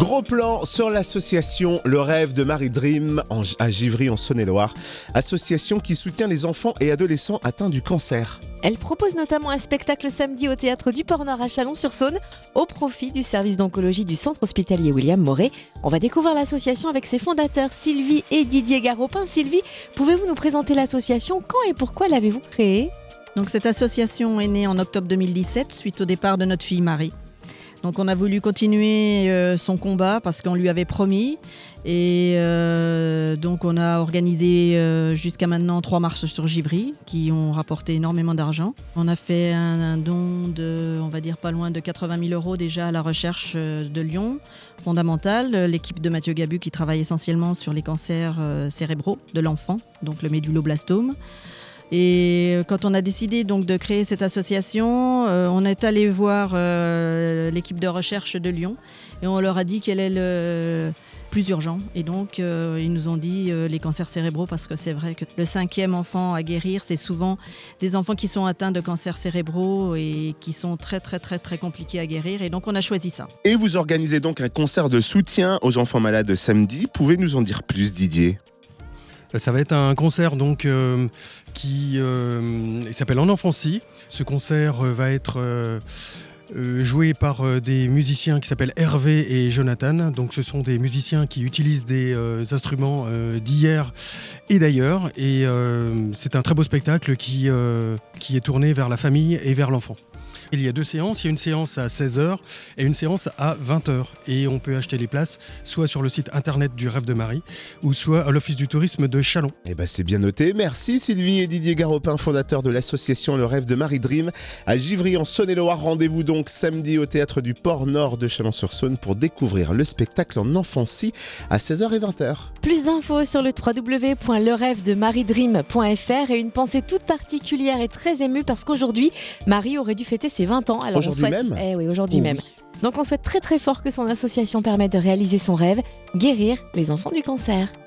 Gros plan sur l'association Le Rêve de Marie Dream à Givry en Saône-et-Loire. Association qui soutient les enfants et adolescents atteints du cancer. Elle propose notamment un spectacle samedi au théâtre du Port-Nord à Chalon-sur-Saône au profit du service d'oncologie du centre hospitalier William Moret. On va découvrir l'association avec ses fondateurs Sylvie et Didier Garopin. Sylvie, pouvez-vous nous présenter l'association ? Quand et pourquoi l'avez-vous créée ? Donc cette association est née en octobre 2017 suite au départ de notre fille Marie. Donc on a voulu continuer son combat parce qu'on lui avait promis et donc on a organisé jusqu'à maintenant 3 marches sur Givry qui ont rapporté énormément d'argent. On a fait un don de, on va dire pas loin de 80 000 € déjà à la recherche de Lyon, fondamentale. L'équipe de Mathieu Gabu qui travaille essentiellement sur les cancers cérébraux de l'enfant, donc le méduloblastome. Et quand on a décidé donc de créer cette association, on est allé voir l'équipe de recherche de Lyon et on leur a dit quel est le plus urgent. Et donc ils nous ont dit les cancers cérébraux parce que c'est vrai que le 5e enfant à guérir, c'est souvent des enfants qui sont atteints de cancers cérébraux et qui sont très compliqués à guérir. Et donc on a choisi ça. Et vous organisez donc un concert de soutien aux enfants malades samedi. Pouvez nous en dire plus, Didier ? Ça va être un concert donc qui s'appelle En Enfancy. Ce concert va être joué par des musiciens qui s'appellent Hervé et Jonathan. Donc ce sont des musiciens qui utilisent des instruments d'hier et d'ailleurs. Et c'est un très beau spectacle qui est tourné vers la famille et vers l'enfant. Il y a 2 séances, il y a une séance à 16h et une séance à 20h. Et on peut acheter les places soit sur le site internet du Rêve de Marie ou soit à l'Office du tourisme de Chalon. Eh ben c'est bien noté. Merci Sylvie et Didier Garopin, fondateurs de l'association Le Rêve de Marie Dream à Givry en Saône-et-Loire. Rendez-vous donc samedi au théâtre du Port-Nord de Chalon-sur-Saône pour découvrir le spectacle En Enfancy à 16h et 20h. Plus d'infos sur le www.lerêvedemariedream.fr et une pensée toute particulière et très émue parce qu'aujourd'hui, Marie aurait dû fêter ses 20 ans. Alors aujourd'hui même ? Oui, aujourd'hui même. Donc on souhaite très fort que son association permette de réaliser son rêve, guérir les enfants du cancer.